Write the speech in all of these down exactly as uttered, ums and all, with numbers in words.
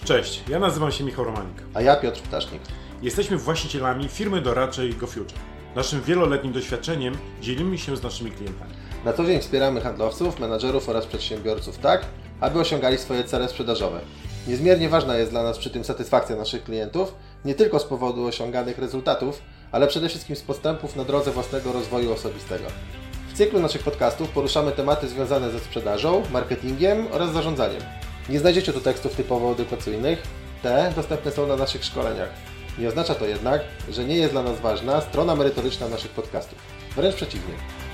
Cześć, ja nazywam się Michał Romanik. A ja Piotr Ptasznik. Jesteśmy właścicielami firmy doradczej GoFuture. Naszym wieloletnim doświadczeniem dzielimy się z naszymi klientami. Na co dzień wspieramy handlowców, menadżerów oraz przedsiębiorców tak, aby osiągali swoje cele sprzedażowe. Niezmiernie ważna jest dla nas przy tym satysfakcja naszych klientów, nie tylko z powodu osiąganych rezultatów, ale przede wszystkim z postępów na drodze własnego rozwoju osobistego. W cyklu naszych podcastów poruszamy tematy związane ze sprzedażą, marketingiem oraz zarządzaniem. Nie znajdziecie tu tekstów typowo edukacyjnych, te dostępne są na naszych szkoleniach. Nie oznacza to jednak, że nie jest dla nas ważna strona merytoryczna naszych podcastów. Wręcz przeciwnie.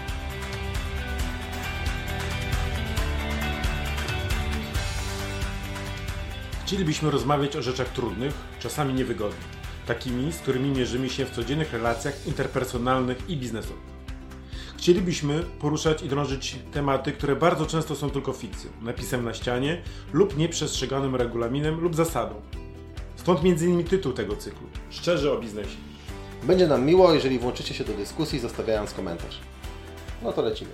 Chcielibyśmy rozmawiać o rzeczach trudnych, czasami niewygodnych, takimi, z którymi mierzymy się w codziennych relacjach interpersonalnych i biznesowych. Chcielibyśmy poruszać i drążyć tematy, które bardzo często są tylko fikcją, napisem na ścianie lub nieprzestrzeganym regulaminem lub zasadą. Stąd między innymi tytuł tego cyklu – Szczerze o biznesie. Będzie nam miło, jeżeli włączycie się do dyskusji, zostawiając komentarz. No to lecimy.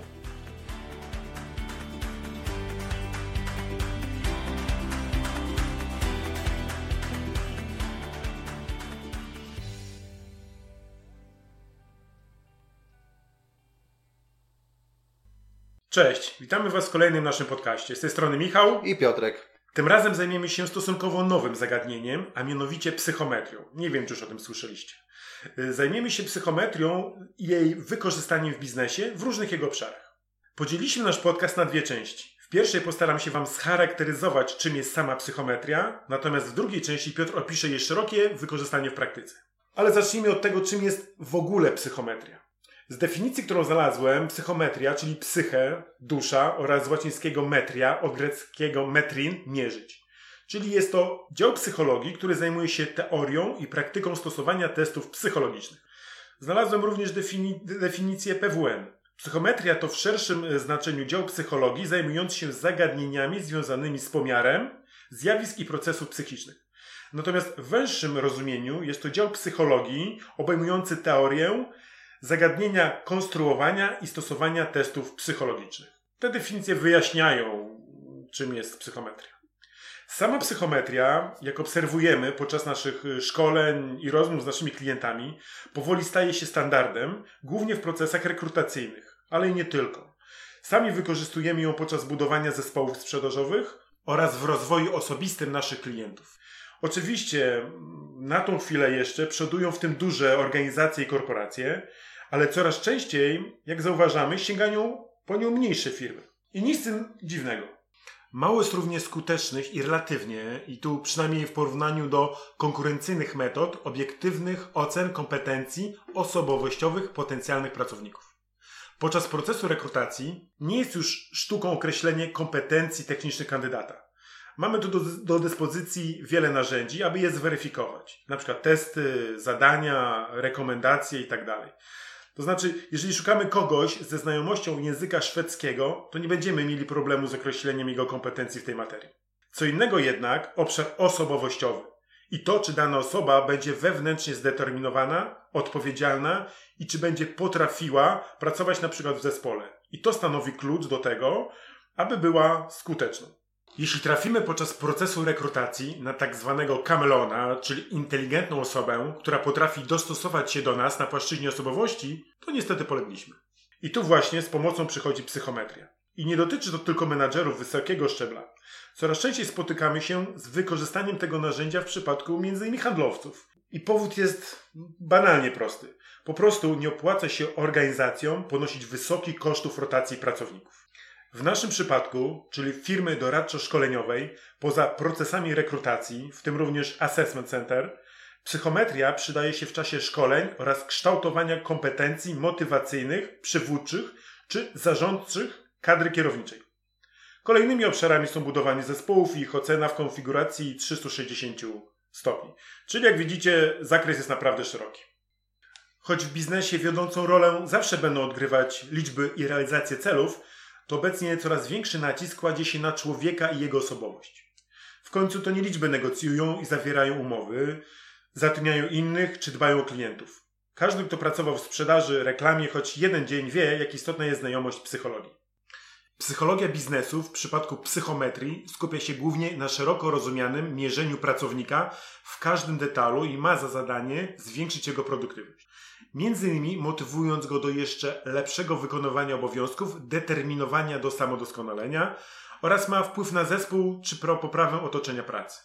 Cześć, witamy Was w kolejnym naszym podcaście. Z tej strony Michał i Piotrek. Tym razem zajmiemy się stosunkowo nowym zagadnieniem, a mianowicie psychometrią. Nie wiem, czy już o tym słyszeliście. Zajmiemy się psychometrią i jej wykorzystaniem w biznesie w różnych jego obszarach. Podzieliliśmy nasz podcast na dwie części. W pierwszej postaram się Wam scharakteryzować, czym jest sama psychometria, natomiast w drugiej części Piotr opisze jej szerokie wykorzystanie w praktyce. Ale zacznijmy od tego, czym jest w ogóle psychometria. Z definicji, którą znalazłem, psychometria, czyli psyche, dusza oraz z łacińskiego metria, od greckiego metrin, mierzyć. Czyli jest to dział psychologii, który zajmuje się teorią i praktyką stosowania testów psychologicznych. Znalazłem również defini- definicję P W N. Psychometria to w szerszym znaczeniu dział psychologii zajmujący się zagadnieniami związanymi z pomiarem zjawisk i procesów psychicznych. Natomiast w węższym rozumieniu jest to dział psychologii obejmujący teorię, zagadnienia konstruowania i stosowania testów psychologicznych. Te definicje wyjaśniają, czym jest psychometria. Sama psychometria, jak obserwujemy podczas naszych szkoleń i rozmów z naszymi klientami, powoli staje się standardem, głównie w procesach rekrutacyjnych, ale i nie tylko. Sami wykorzystujemy ją podczas budowania zespołów sprzedażowych oraz w rozwoju osobistym naszych klientów. Oczywiście na tą chwilę jeszcze przodują w tym duże organizacje i korporacje, ale coraz częściej, jak zauważamy, sięgają po nią mniejsze firmy. I nic z tym dziwnego. Mało jest równie skutecznych i relatywnie, i tu przynajmniej w porównaniu do konkurencyjnych metod, obiektywnych ocen kompetencji osobowościowych potencjalnych pracowników. Podczas procesu rekrutacji nie jest już sztuką określenie kompetencji technicznych kandydata. Mamy tu do, do dyspozycji wiele narzędzi, aby je zweryfikować. Na przykład testy, zadania, rekomendacje itd. To znaczy, jeżeli szukamy kogoś ze znajomością języka szwedzkiego, to nie będziemy mieli problemu z określeniem jego kompetencji w tej materii. Co innego jednak obszar osobowościowy i to, czy dana osoba będzie wewnętrznie zdeterminowana, odpowiedzialna i czy będzie potrafiła pracować na przykład w zespole. I to stanowi klucz do tego, aby była skuteczną. Jeśli trafimy podczas procesu rekrutacji na tak zwanego kamelona, czyli inteligentną osobę, która potrafi dostosować się do nas na płaszczyźnie osobowości, to niestety polegliśmy. I tu właśnie z pomocą przychodzi psychometria. I nie dotyczy to tylko menadżerów wysokiego szczebla. Coraz częściej spotykamy się z wykorzystaniem tego narzędzia w przypadku między innymi handlowców. I powód jest banalnie prosty. Po prostu nie opłaca się organizacjom ponosić wysokich kosztów rotacji pracowników. W naszym przypadku, czyli firmy doradczo-szkoleniowej, poza procesami rekrutacji, w tym również Assessment Center, psychometria przydaje się w czasie szkoleń oraz kształtowania kompetencji motywacyjnych, przywódczych czy zarządczych kadry kierowniczej. Kolejnymi obszarami są budowanie zespołów i ich ocena w konfiguracji trzysta sześćdziesiąt stopni. Czyli jak widzicie, zakres jest naprawdę szeroki. Choć w biznesie wiodącą rolę zawsze będą odgrywać liczby i realizacje celów, to obecnie coraz większy nacisk kładzie się na człowieka i jego osobowość. W końcu to nie liczby negocjują i zawierają umowy, zatrudniają innych czy dbają o klientów. Każdy, kto pracował w sprzedaży, reklamie choć jeden dzień wie, jak istotna jest znajomość psychologii. Psychologia biznesu w przypadku psychometrii skupia się głównie na szeroko rozumianym mierzeniu pracownika w każdym detalu i ma za zadanie zwiększyć jego produktywność. Między innymi motywując go do jeszcze lepszego wykonywania obowiązków, determinowania do samodoskonalenia oraz ma wpływ na zespół czy pro poprawę otoczenia pracy.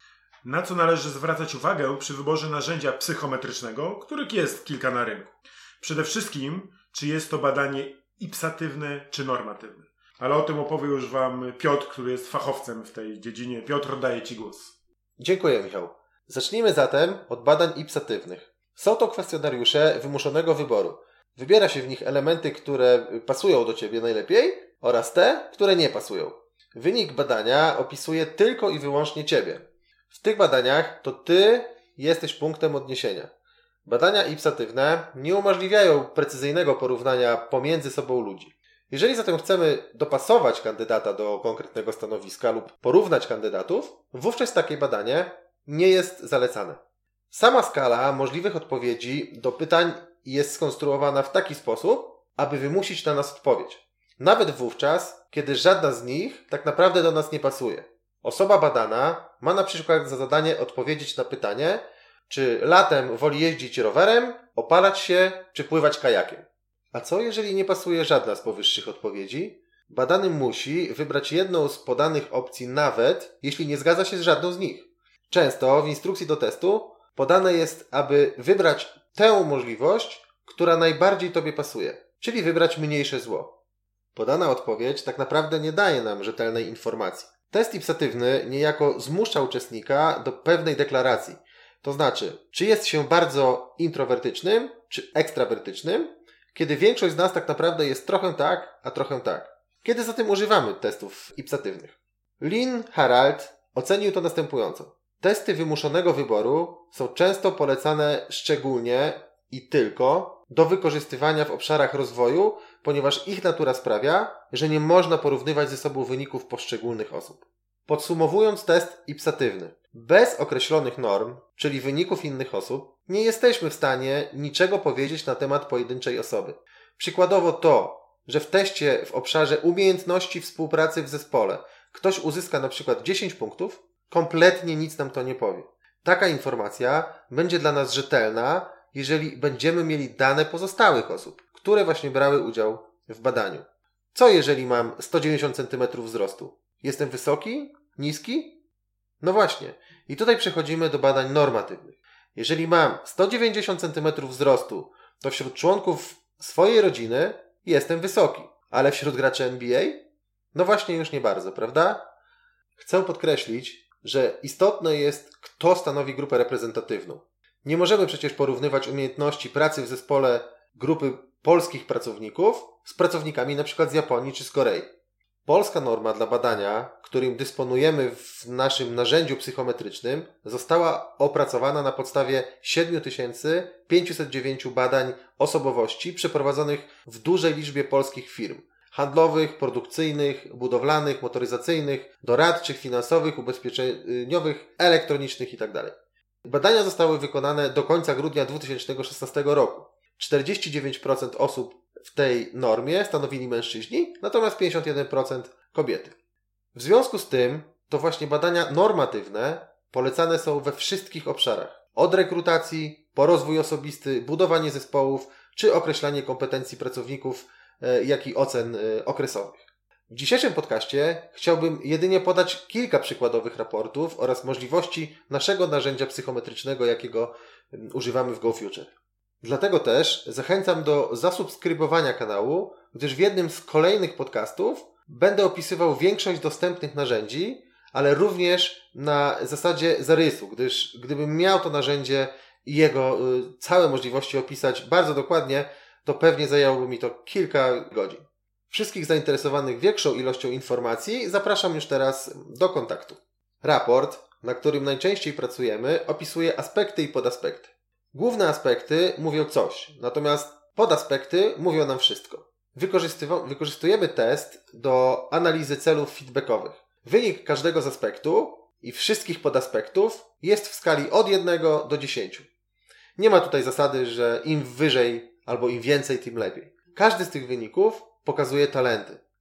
Na co należy zwracać uwagę przy wyborze narzędzia psychometrycznego, których jest kilka na rynku. Przede wszystkim, czy jest to badanie ipsatywne czy normatywne. Ale o tym opowie już Wam Piotr, który jest fachowcem w tej dziedzinie. Piotr, oddaję Ci głos. Dziękuję, Michał. Zacznijmy zatem od badań ipsatywnych. Są to kwestionariusze wymuszonego wyboru. Wybiera się w nich elementy, które pasują do Ciebie najlepiej oraz te, które nie pasują. Wynik badania opisuje tylko i wyłącznie Ciebie. W tych badaniach to Ty jesteś punktem odniesienia. Badania ipsatywne nie umożliwiają precyzyjnego porównania pomiędzy sobą ludzi. Jeżeli zatem chcemy dopasować kandydata do konkretnego stanowiska lub porównać kandydatów, wówczas takie badanie nie jest zalecane. Sama skala możliwych odpowiedzi do pytań jest skonstruowana w taki sposób, aby wymusić na nas odpowiedź. Nawet wówczas, kiedy żadna z nich tak naprawdę do nas nie pasuje. Osoba badana ma na przykład za zadanie odpowiedzieć na pytanie, czy latem woli jeździć rowerem, opalać się, czy pływać kajakiem. A co jeżeli nie pasuje żadna z powyższych odpowiedzi? Badany musi wybrać jedną z podanych opcji nawet, jeśli nie zgadza się z żadną z nich. Często w instrukcji do testu podane jest, aby wybrać tę możliwość, która najbardziej Tobie pasuje, czyli wybrać mniejsze zło. Podana odpowiedź tak naprawdę nie daje nam rzetelnej informacji. Test ipsatywny niejako zmusza uczestnika do pewnej deklaracji. To znaczy, czy jest się bardzo introwertycznym, czy ekstrawertycznym, kiedy większość z nas tak naprawdę jest trochę tak, a trochę tak. Kiedy zatem używamy testów ipsatywnych? Lynn Harald ocenił to następująco. Testy wymuszonego wyboru są często polecane szczególnie i tylko do wykorzystywania w obszarach rozwoju, ponieważ ich natura sprawia, że nie można porównywać ze sobą wyników poszczególnych osób. Podsumowując test ipsatywny, bez określonych norm, czyli wyników innych osób, nie jesteśmy w stanie niczego powiedzieć na temat pojedynczej osoby. Przykładowo to, że w teście w obszarze umiejętności współpracy w zespole ktoś uzyska na przykład dziesięć punktów, kompletnie nic nam to nie powie. Taka informacja będzie dla nas rzetelna, jeżeli będziemy mieli dane pozostałych osób, które właśnie brały udział w badaniu. Co jeżeli mam sto dziewięćdziesiąt centymetrów wzrostu? Jestem wysoki? Niski? No właśnie. I tutaj przechodzimy do badań normatywnych. Jeżeli mam sto dziewięćdziesiąt centymetrów wzrostu, to wśród członków swojej rodziny jestem wysoki. Ale wśród graczy N B A? No właśnie już nie bardzo, prawda? Chcę podkreślić, że istotne jest, kto stanowi grupę reprezentatywną. Nie możemy przecież porównywać umiejętności pracy w zespole grupy polskich pracowników z pracownikami np. z Japonii czy z Korei. Polska norma dla badania, którym dysponujemy w naszym narzędziu psychometrycznym, została opracowana na podstawie siedem tysięcy pięćset dziewięć badań osobowości przeprowadzonych w dużej liczbie polskich firm handlowych, produkcyjnych, budowlanych, motoryzacyjnych, doradczych, finansowych, ubezpieczeniowych, elektronicznych itd. Badania zostały wykonane do końca grudnia dwa tysiące szesnastego roku. czterdzieści dziewięć procent osób w tej normie stanowili mężczyźni, natomiast pięćdziesiąt jeden procent kobiety. W związku z tym to właśnie badania normatywne polecane są we wszystkich obszarach. Od rekrutacji, po rozwój osobisty, budowanie zespołów, czy określanie kompetencji pracowników, jak i ocen okresowych. W dzisiejszym podcaście chciałbym jedynie podać kilka przykładowych raportów oraz możliwości naszego narzędzia psychometrycznego, jakiego używamy w GoFuture. Dlatego też zachęcam do zasubskrybowania kanału, gdyż w jednym z kolejnych podcastów będę opisywał większość dostępnych narzędzi, ale również na zasadzie zarysu, gdyż gdybym miał to narzędzie i jego y, całe możliwości opisać bardzo dokładnie, to pewnie zajęłoby mi to kilka godzin. Wszystkich zainteresowanych większą ilością informacji zapraszam już teraz do kontaktu. Raport, na którym najczęściej pracujemy, opisuje aspekty i podaspekty. Główne aspekty mówią coś, natomiast podaspekty mówią nam wszystko. Wykorzystywa- wykorzystujemy test do analizy celów feedbackowych. Wynik każdego z aspektu i wszystkich podaspektów jest w skali od jednego do dziesięciu. Nie ma tutaj zasady, że im wyżej albo im więcej, tym lepiej. Każdy z tych wyników pokazuje talenty.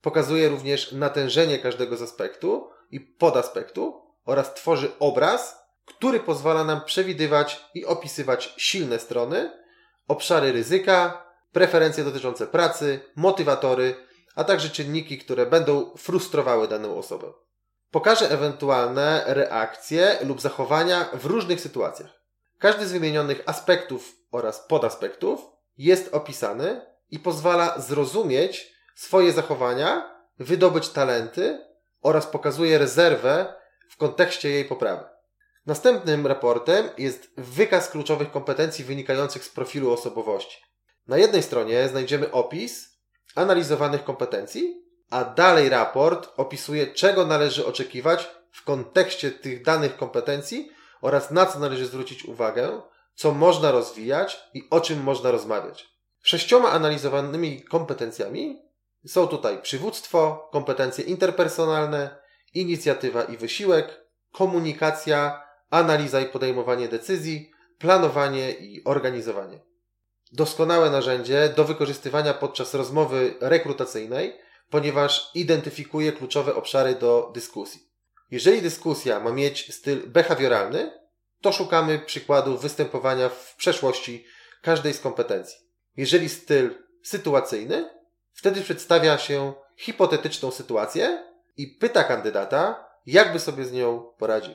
Pokazuje również natężenie każdego z aspektu i podaspektu oraz tworzy obraz, który pozwala nam przewidywać i opisywać silne strony, obszary ryzyka, preferencje dotyczące pracy, motywatory, a także czynniki, które będą frustrowały daną osobę. Pokaże ewentualne reakcje lub zachowania w różnych sytuacjach. Każdy z wymienionych aspektów oraz podaspektów jest opisany i pozwala zrozumieć swoje zachowania, wydobyć talenty oraz pokazuje rezerwę w kontekście jej poprawy. Następnym raportem jest wykaz kluczowych kompetencji wynikających z profilu osobowości. Na jednej stronie znajdziemy opis analizowanych kompetencji, a dalej raport opisuje, czego należy oczekiwać w kontekście tych danych kompetencji oraz na co należy zwrócić uwagę, co można rozwijać i o czym można rozmawiać. Sześcioma analizowanymi kompetencjami są tutaj przywództwo, kompetencje interpersonalne, inicjatywa i wysiłek, komunikacja, analiza i podejmowanie decyzji, planowanie i organizowanie. Doskonałe narzędzie do wykorzystywania podczas rozmowy rekrutacyjnej, ponieważ identyfikuje kluczowe obszary do dyskusji. Jeżeli dyskusja ma mieć styl behawioralny, to szukamy przykładów występowania w przeszłości każdej z kompetencji. Jeżeli styl sytuacyjny, wtedy przedstawia się hipotetyczną sytuację i pyta kandydata, jakby sobie z nią poradził.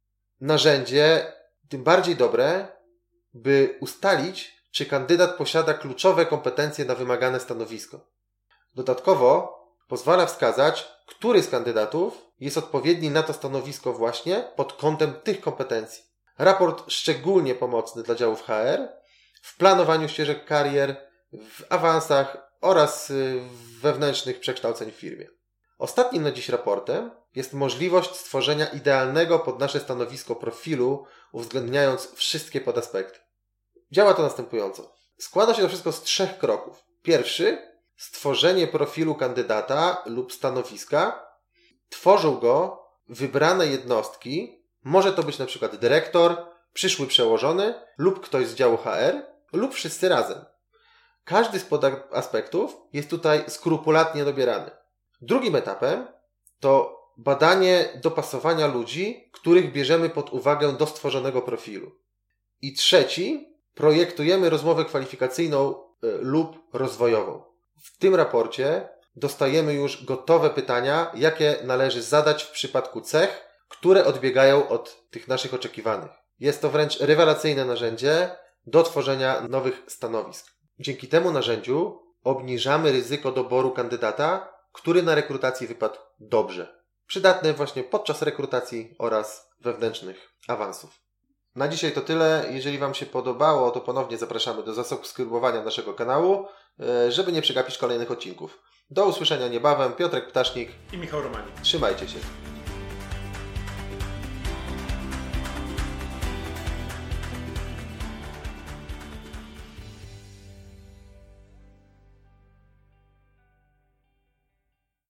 Narzędzie tym bardziej dobre, by ustalić, czy kandydat posiada kluczowe kompetencje na wymagane stanowisko. Dodatkowo pozwala wskazać, który z kandydatów jest odpowiedni na to stanowisko właśnie pod kątem tych kompetencji. Raport szczególnie pomocny dla działów H R w planowaniu ścieżek karier, w awansach oraz w wewnętrznych przekształceń w firmie. Ostatnim na dziś raportem jest możliwość stworzenia idealnego pod nasze stanowisko profilu, uwzględniając wszystkie podaspekty. Działa to następująco. Składa się to wszystko z trzech kroków. Pierwszy, stworzenie profilu kandydata lub stanowiska. Tworzą go wybrane jednostki, może to być na przykład dyrektor, przyszły przełożony lub ktoś z działu H R lub wszyscy razem. Każdy z podaspektów jest tutaj skrupulatnie dobierany. Drugim etapem to badanie dopasowania ludzi, których bierzemy pod uwagę do stworzonego profilu. I trzeci, projektujemy rozmowę kwalifikacyjną y, lub rozwojową. W tym raporcie dostajemy już gotowe pytania, jakie należy zadać w przypadku cech, które odbiegają od tych naszych oczekiwanych. Jest to wręcz rewelacyjne narzędzie do tworzenia nowych stanowisk. Dzięki temu narzędziu obniżamy ryzyko doboru kandydata, który na rekrutacji wypadł dobrze. Przydatne właśnie podczas rekrutacji oraz wewnętrznych awansów. Na dzisiaj to tyle. Jeżeli Wam się podobało, to ponownie zapraszamy do zasubskrybowania naszego kanału, żeby nie przegapić kolejnych odcinków. Do usłyszenia niebawem. Piotrek Ptasznik i Michał Romanik. Trzymajcie się.